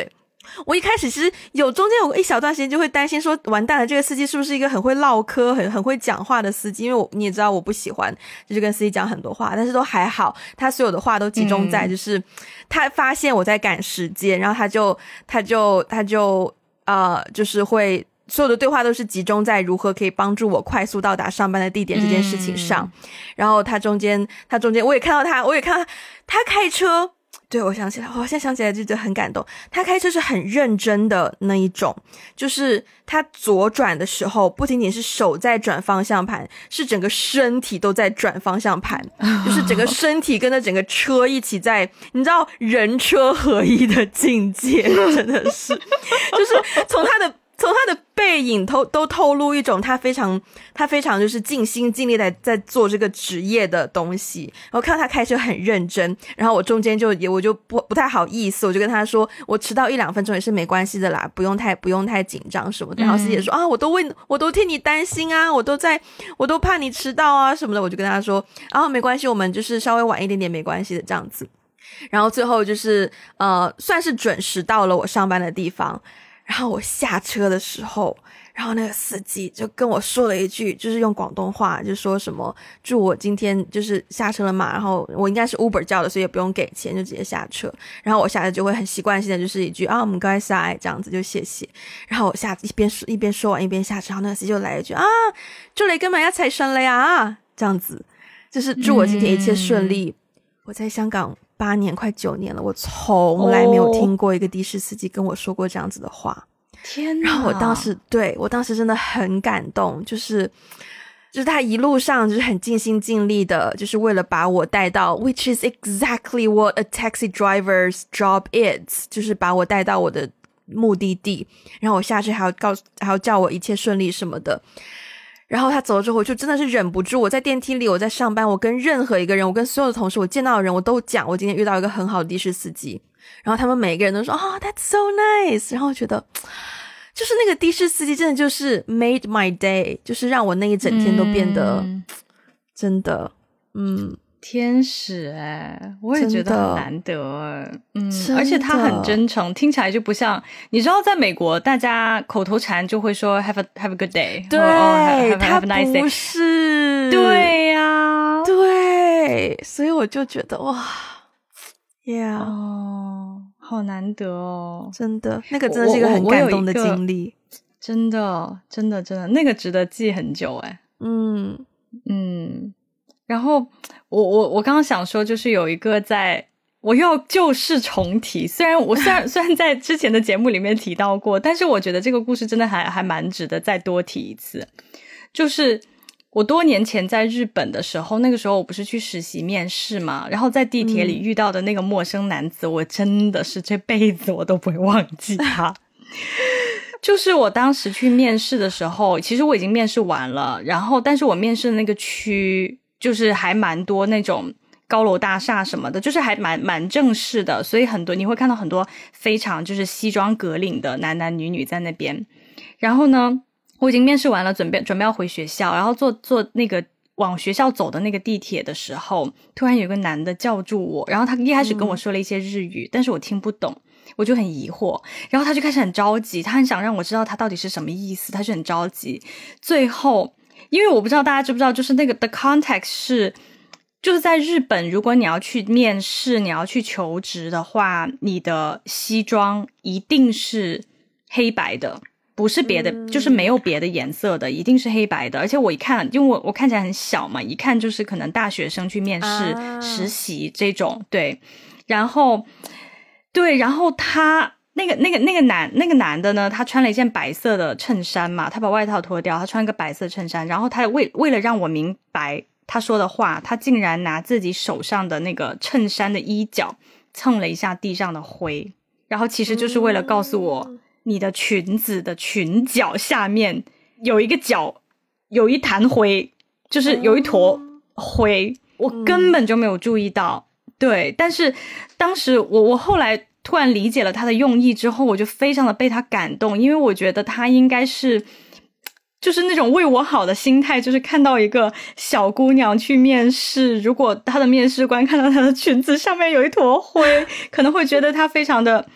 我一开始其实中间有一小段时间就会担心说，完蛋了，这个司机是不是一个很会唠嗑很会讲话的司机，因为你也知道我不喜欢就是跟司机讲很多话，但是都还好，他所有的话都集中在就是他发现我在赶时间，然后他就就是会所有的对话都是集中在如何可以帮助我快速到达上班的地点这件事情上，然后他中间我也看到他开车，对，我现在想起来就觉得很感动。他开车是很认真的那一种，就是他左转的时候不仅仅是手在转方向盘，是整个身体都在转方向盘，就是整个身体跟着整个车一起在，你知道人车合一的境界，真的是，就是从他的背影都透露一种他非常就是尽心尽力在做这个职业的东西。然后看到他开车很认真，然后我中间我就不太好意思，我就跟他说我迟到1-2分钟也是没关系的啦，不用太紧张什么的。然后师姐说啊，我都替你担心啊，我都怕你迟到啊什么的。我就跟他说啊，没关系，我们就是稍微晚一点点没关系的这样子。然后最后就是算是准时到了我上班的地方。然后我下车的时候，然后那个司机就跟我说了一句，就是用广东话就说什么祝我今天就是下车了嘛，然后我应该是 Uber 叫的，所以也不用给钱，就直接下车。然后我下车就會很習慣性的就是一句啊唔該晒這樣子就謝謝。然後我一邊說完一邊下車，然後那個司機就來一句啊祝你今日一切順利啊，這樣子就是祝我今天一切順利。我在香港8年快9年了，我從來沒有聽過一個的士司機跟我說過這樣子的話。 天哪！ 然後我當時真的很感動，就是他一路上就是很盡心盡力的，就是為了把我帶到 which is exactly what a taxi driver's job is， 就是把我帶到我的目的地，然後我下去還要叫我一切順利什麼的。然後他走了之後，我就真的是忍不住，我在電梯裡，我在上班，我跟任何一個人，我跟所有的同事，我見到的人我都講我今天遇到一個很好的的士司機，然後他們每一個人都說oh that's so nice， 然後我覺得就是那個的士司機真的就是 made my day， 就是讓我那一整天都變得真的天使欸，我也觉得很难得欸，而且他很真诚，听起来就不像你知道在美国大家口头禅就会说 have a good day， 对他不是， 对呀， 对，所以我就觉得哇 yeah 好难得哦， 真的那个真的是一个很感动的经历， 真的那个值得记很久欸。然后我刚刚想说，就是有一个我又要旧事重提，虽然在之前的节目里面提到过，但是我觉得这个故事真的还蛮值得再多提一次。就是我多年前在日本的时候，那个时候我不是去实习面试嘛，然后在地铁里遇到的那个陌生男子，我真的是这辈子我都不会忘记他。就是我当时去面试的时候，其实我已经面试完了，然后但是我面试的那个区就是还蛮多那种高楼大厦什么的，就是还蛮正式的，所以你会看到很多非常就是西装革领的男男女女在那边。然后呢，我已经面试完了，准备要回学校，然后坐那个往学校走的那个地铁的时候，突然有个男的叫住我，然后他一开始跟我说了一些日语，但是我听不懂，我就很疑惑，然后他就开始很着急，他很想让我知道他到底是什么意思，他就很着急。最后因为我不知道大家知不知道，就是那个 the context 是就是在日本，如果你要去面试，你要去求职的话，你的西装一定是黑白的，不是别的，就是没有别的颜色的，一定是黑白的。而且我一看，因为我看起来很小嘛，一看就是可能大学生去面试实习这种，对。然后他那个男的呢，他穿了一件白色的衬衫嘛，他把外套脱掉，他穿一个白色衬衫，然后他为了让我明白他说的话，他竟然拿自己手上的那个衬衫的衣角蹭了一下地上的灰，然后其实就是为了告诉我，你的裙子的裙角下面有一个角，有一滩灰，就是有一坨灰，我根本就没有注意到。对，但是当时我后来突然理解了他的用意之后，我就非常的被他感动，因为我觉得他应该是就是那种为我好的心态，就是看到一个小姑娘去面试，如果他的面试官看到她的裙子上面有一坨灰，可能会觉得她非常的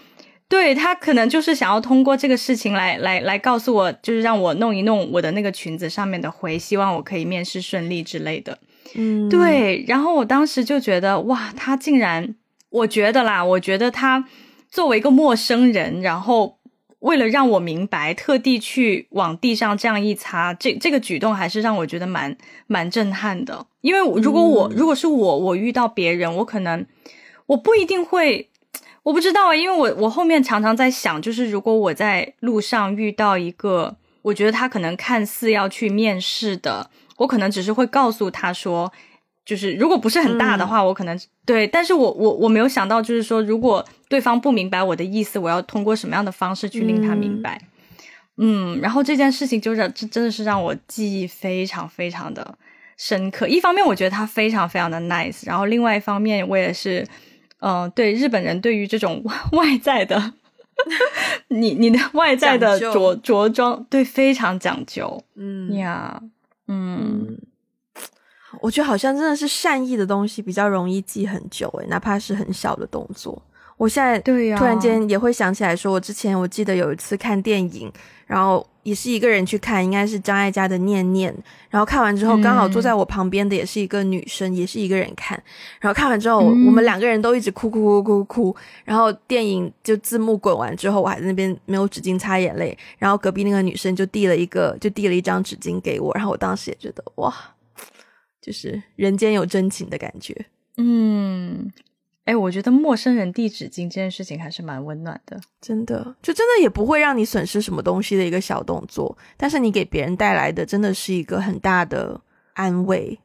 对，他可能就是想要通过这个事情来告诉我，就是让我弄一弄我的那个裙子上面的灰，希望我可以面试顺利之类的。对，然后我当时就觉得哇，他竟然，我觉得他作为一个陌生人，然后为了让我明白，特地去往地上这样一擦，这个举动还是让我觉得蛮震撼的。因为如果是我遇到别人，我可能我不一定会，我不知道啊，因为我后面常常在想，就是如果我在路上遇到一个我觉得他可能看似要去面试的，我可能只是会告诉他说，就是如果不是很大的话，我可能对，但是我没有想到，就是说如果对方不明白我的意思，我要通过什么样的方式去令他明白。然后这件事情这真的是让我记忆非常非常的深刻。一方面我觉得他非常非常的 nice， 然后另外一方面我也是对日本人对于这种外在的你的外在的着装对非常讲究。 我觉得好像真的是善意的东西比较容易记很久哪怕是很小的动作。我现在突然间也会想起来说，我之前我记得有一次看电影，然后也是一个人去看，应该是张艾嘉的《念念》，然后看完之后刚好坐在我旁边的也是一个女生，也是一个人看，然后看完之后我们两个人都一直哭，然后电影就字幕滚完之后，我还在那边没有纸巾擦眼泪，然后隔壁那个女生就递了一张纸巾给我，然后我当时也觉得哇，就是人间有真情的感觉。 我觉得陌生人递纸巾这件事情还是蛮温暖的， 真的也不会让你损失什么东西的一个小动作，但是你给别人带来的真的是一个很大的安慰。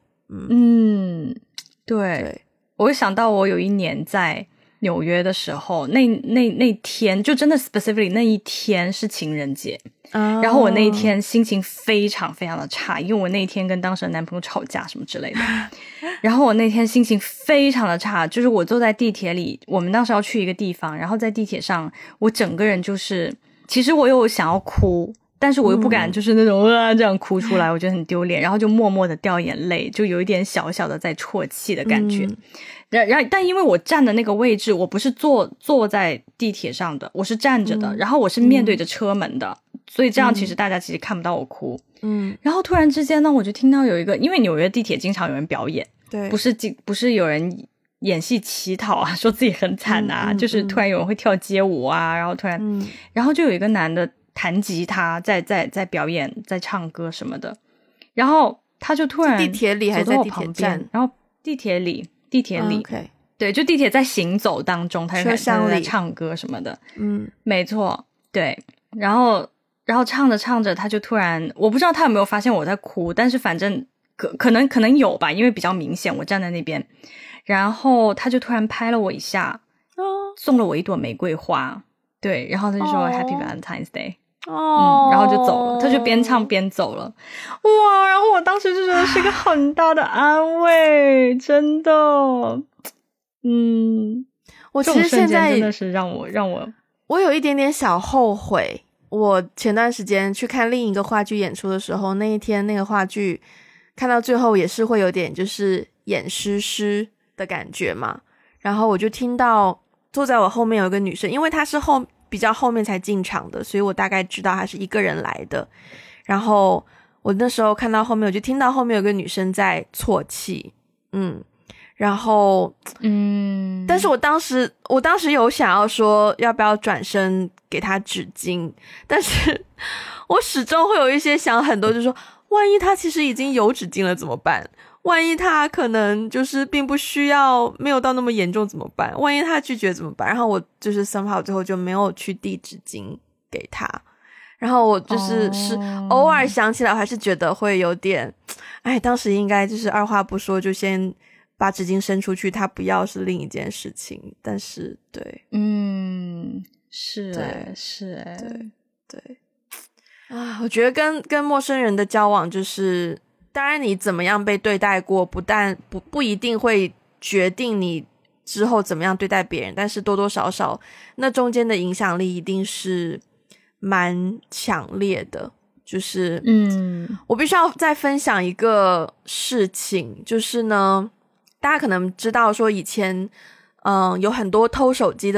对，我想到我有一年在纽约的时候，那天就真的 specifically 那一天是情人节，然后我那一天心情非常非常的差，因为我那一天跟当时的男朋友吵架什么之类的然后我那天心情非常的差，就是我坐在地铁里，我们当时要去一个地方，然后在地铁上我整个人就是其实我有想要哭，但是我又不敢就是那种这样哭出来，我觉得很丢脸，然后就默默的掉眼泪，就有一点小小的在啜泣的感觉。但因为我站的那个位置，我不是坐在地铁上的，我是站着的，然后我是面对着车门的，所以这样其实大家其实看不到我哭。然后突然之间呢，我就听到有一个，因为纽约地铁经常有人表演， 对， 不是有人演戏乞讨啊，说自己很惨啊，就是突然有人会跳街舞啊，然后突然然后就有一个男的弹吉他在表演，在唱歌什么的，然后他就突然地铁里还在地铁站， 然后地铁里 okay. 对，就地铁在行走当中，他就在唱歌什么的。没错，对，然后唱着唱着，他就突然，我不知道他有没有发现我在哭，但是反正可能有吧，因为比较明显，我站在那边，然后他就突然拍了我一下，送了我一朵玫瑰花，对，然后他就说 Happy Valentine's Day。然后就走了，他就边唱边走了，哇！然后我当时就觉得是一个很大的安慰，真的。 我其实现在真的是让我有一点点小后悔。我前段时间去看另一个话剧演出的时候，那一天那个话剧看到最后也是会有点就是演诗的感觉嘛，然后我就听到坐在我后面有一个女生，因为她是比较后面才进场的，所以我大概知道她是一个人来的，然后我那时候看到后面，我就听到后面有个女生在啜泣，然后但是我当时有想要说要不要转身给她纸巾，但是我始终会有一些想很多，就是说万一她其实已经有纸巾了怎么办，万一他可能就是并不需要，没有到那么严重怎么办？万一他拒绝怎么办？然后我就是 somehow 最后就没有去递纸巾给他，然后我就是偶尔想起来，我还是觉得会有点，当时应该就是二话不说就先把纸巾伸出去，他不要是另一件事情，但是对， 是对我觉得跟陌生人的交往就是。当然你怎么样被对待过不一定会决定你之后怎么样对待别人，但是多多少少那中间的影响力一定是蛮强烈的。就是我必须要再分享一个事情，就是呢大家可能知道说以前有很多偷手机的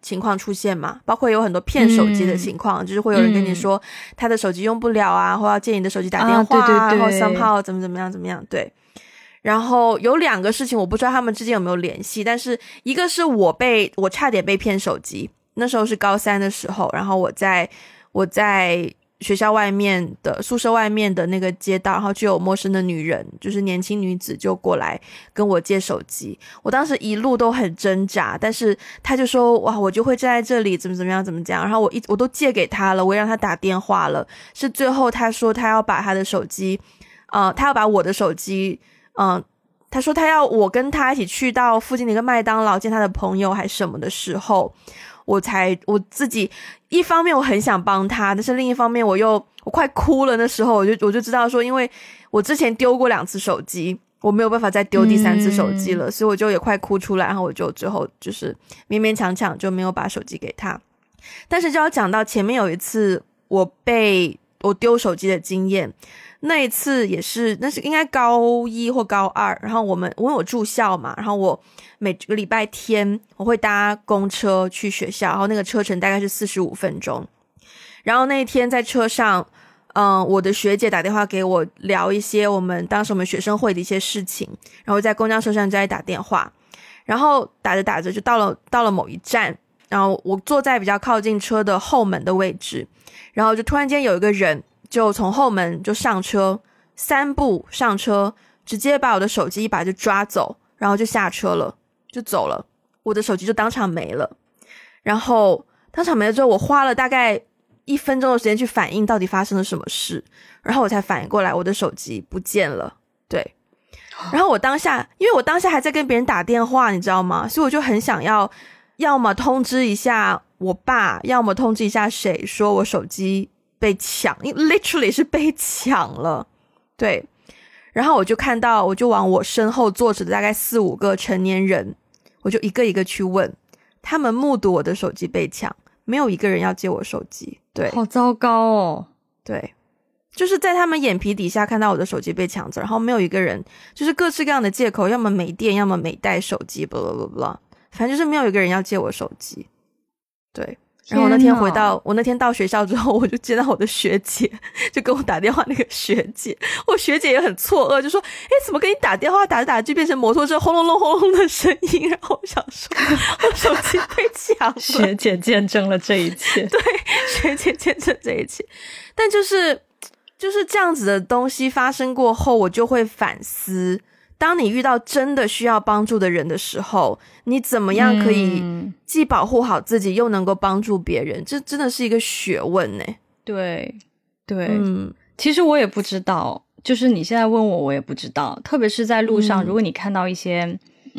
情况出现嘛，包括有很多骗手机的情况，就是会有人跟你说他的手机用不了啊，或要借你的手机打电话啊， 对对对， 然后 somehow 怎么样，对。然后有2个事情我不知道他们之间有没有联系，但是一个是我差点被骗手机，那时候是高3的时候，然后我在学校外面的宿舍外面的那个街道，然后就有陌生的女人，就是年轻女子就过来跟我借手机，我当时一路都很挣扎，但是他就说哇我就会站在这里怎么样，然后我都借给他了，我也让他打电话了，是最后他说他要把他的手机他要把我的手机他说他要我跟他一起去到附近的一个麦当劳见他的朋友还什么的时候，我自己一方面我很想帮他，但是另一方面我快哭了，那时候我就知道说，因为我之前丢过2次手机，我没有办法再丢第3次手机了，所以我就也快哭出来，然后我就最后就是勉勉强强就没有把手机给他。但是就要讲到前面有一次我丢手机的经验，那一次也是，那是应该高1或高2，然后因为我住校嘛，然后我每个礼拜天我会搭公车去学校，然后那个车程大概是45分钟。然后那一天在车上我的学姐打电话给我聊一些当时我们学生会的一些事情，然后在公交车上就在打电话，然后打着打着就到了某一站，然后我坐在比较靠近车的后门的位置，然后就突然间有一个人就从后门就上车，3步上车，直接把我的手机一把就抓走，然后就下车了，就走了，我的手机就当场没了。然后当场没了之后，我花了大概1分钟的时间去反应到底发生了什么事，然后我才反应过来我的手机不见了。对，然后因为我当下还在跟别人打电话，你知道吗？所以我就很想要么通知一下我爸，要么通知一下谁，说我手机被抢，因为 literally 是被抢了。对，然后我就往我身后坐着的大概4-5个成年人，我就一个一个去问，他们目睹我的手机被抢，没有一个人要借我手机。对， 好糟糕哦。 对，就是在他们眼皮底下看到我的手机被抢走，然后没有一个人，就是各式各样的借口，要么没电，要么没带手机 blah blah blah， 反正就是没有一个人要借我手机。对，然后我那天到学校之后，我就接到我的学姐，就跟我打电话那个学姐，我学姐也很错愕，就说怎么跟你打电话打着打着就变成摩托车轰隆隆轰隆的声音，然后我想说我手机被抢了。 学姐见证了这一切。 对，学姐见证这一切。但就是这样子的东西发生过后，我就会反思，当你遇到真的需要帮助的人的时候，你怎么样可以既保护好自己又能够帮助别人，这真的是一个学问呢。 对对，其实我也不知道，就是你现在问我也不知道，特别是在路上，如果你看到一些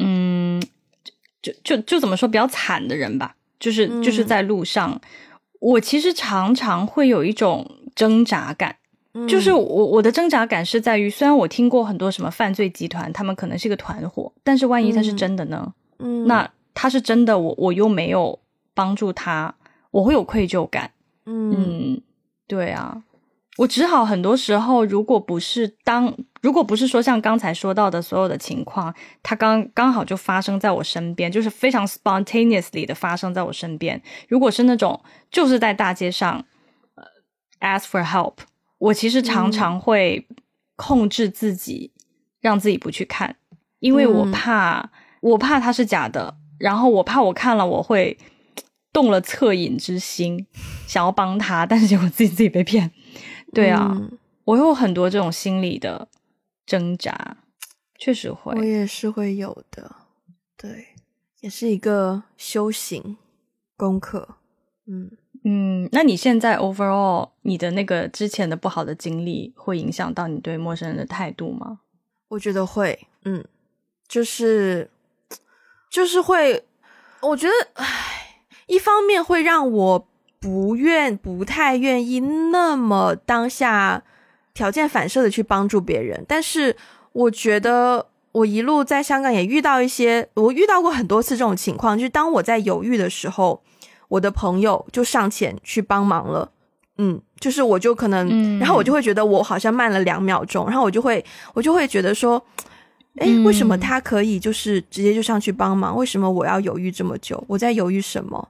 就怎么说比较惨的人吧，就是在路上，我其实常常会有一种挣扎感。就是我的挣扎感是在于，虽然我听过很多什么犯罪集团他们可能是一个团伙，但是万一他是真的呢？那他是真的，我又没有帮助他，我会有愧疚感。对啊，我只好很多时候如果不是说像刚才说到的所有的情况，它刚好就发生在我身边，就是非常 spontaneously 的发生在我身边，如果是那种就是在大街上ask for help，我其实常常会控制自己，让自己不去看，因为我怕它是假的，然后我怕我看了我会动了恻隐之心，想要帮他，但是结果自己被骗。对啊，我有很多这种心理的挣扎，确实会。 我也是会有的，对，也是一个修行功课。 那你现在 overall 你的那个之前的不好的经历会影响到你对陌生人的态度吗？ 我觉得会，就是会，我觉得一方面会让我不太愿意那么当下条件反射的去帮助别人，但是我觉得我一路在香港也我遇到过很多次这种情况，就是当我在犹豫的时候，我的朋友就上前去帮忙了，就是我就可能，然后我就会觉得我好像慢了2秒钟，然后我就会觉得说，为什么他可以就是直接就上去帮忙，为什么我要犹豫这么久，我在犹豫什么？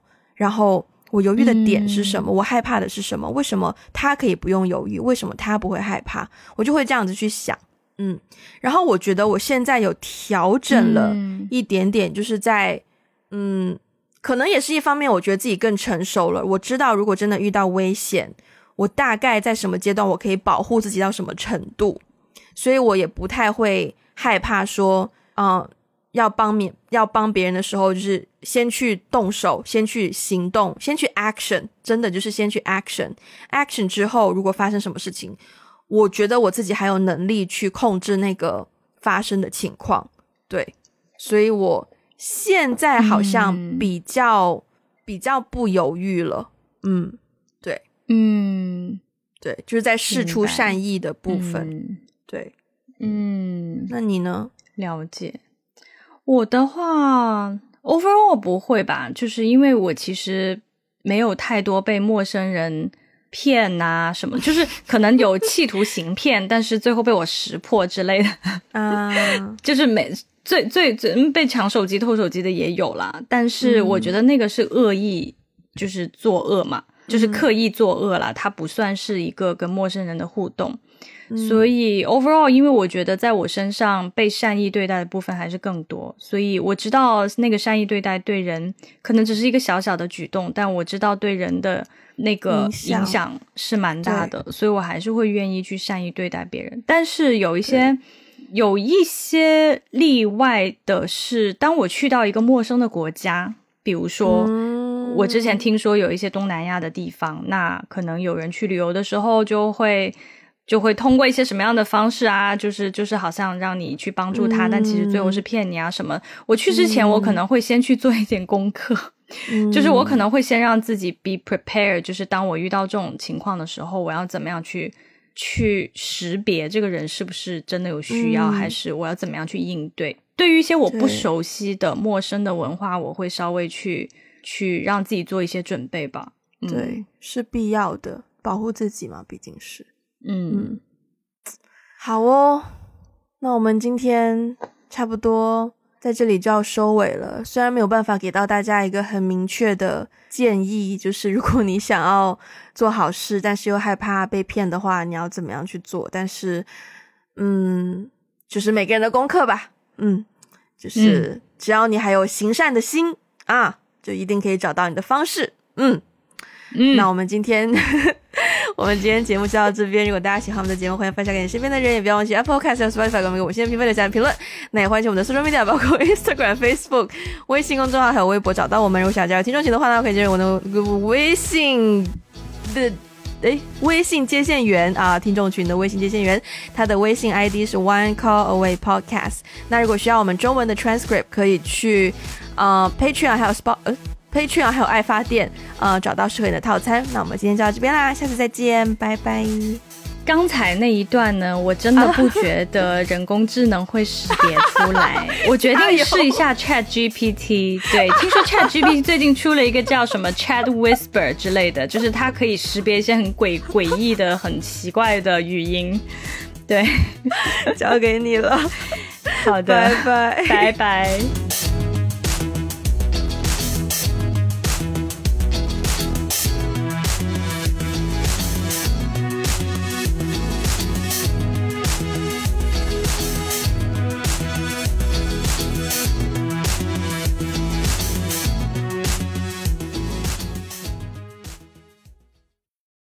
然后我犹豫的点是什么，我害怕的是什么，为什么他可以不用犹豫，为什么他不会害怕，我就会这样子去想。然后我觉得我现在有调整了一点点，就是在可能也是一方面，我觉得自己更成熟了，我知道如果真的遇到危险，我大概在什么阶段我可以保护自己到什么程度，所以我也不太会害怕说要帮别人的时候，就是先去动手，先去行动，先去 action， 真的就是先去 action 之后如果发生什么事情，我觉得我自己还有能力去控制那个发生的情况。对，所以我现在好像比较不犹豫了。对，对，就是在释出善意的部分。对，那你呢？ 了解。我的话 overall 不会吧，就是因为我其实没有太多被陌生人骗啊什么，就是可能有企图行骗但是最后被我识破之类的就是最被抢手机偷手机的也有啦，但是我觉得那个是恶意，就是作恶嘛，就是刻意作恶啦，它不算是一个跟陌生人的互动。所以 overall 因为我觉得在我身上被善意对待的部分还是更多，所以我知道那个善意对待对人可能只是一个小小的举动，但我知道对人的那个影响是蛮大的，所以我还是会愿意去善意对待别人。但是有一些例外的是，当我去到一个陌生的国家，比如说我之前听说有一些东南亚的地方，那可能有人去旅游的时候就会通过一些什么样的方式啊，就是好像让你去帮助他，但其实最后是骗你啊什么。我去之前我可能会先去做一点功课，就是我可能会先让自己 be prepared， 就是当我遇到这种情况的时候，我要怎么样去识别这个人是不是真的有需要，还是我要怎么样去应对。对于一些我不熟悉的陌生的文化，我会稍微去让自己做一些准备吧。 对，是必要的，保护自己嘛，毕竟是。好哦，那我们今天差不多在这里就要收尾了。虽然没有办法给到大家一个很明确的建议，就是如果你想要做好事但是又害怕被骗的话，你要怎么样去做，但是就是每个人的功课吧。就是只要你还有行善的心啊，就一定可以找到你的方式。那我们今天节目就到这边。如果大家喜欢我们的节目，欢迎分享给你身边的人，也不要忘记 Apple Podcast 和 Spotify 给我们5星的评分，留下评论。那也欢迎去我们的 social media， 包括 Instagram、Facebook、微信公众号还有微博找到我们。如果想加入听众群的话呢，可以加入我的微信接线员啊，听众群的微信接线员，他的微信 ID 是 One Call Away Podcast。那如果需要我们中文的 transcript， 可以去Patreon 还有Patreon 还有爱发电找到适合你的套餐。那我们今天就到这边啦，下次再见，拜拜。 刚才那一段呢，我真的不觉得人工智能会识别出来我决定试一下 ChatGPT。 对，听说 ChatGPT 最近出了一个叫什么 Chat Whisper 之类的，就是它可以识别一些很诡异的很奇怪的语音。对， 交给你了。 好的， 拜拜。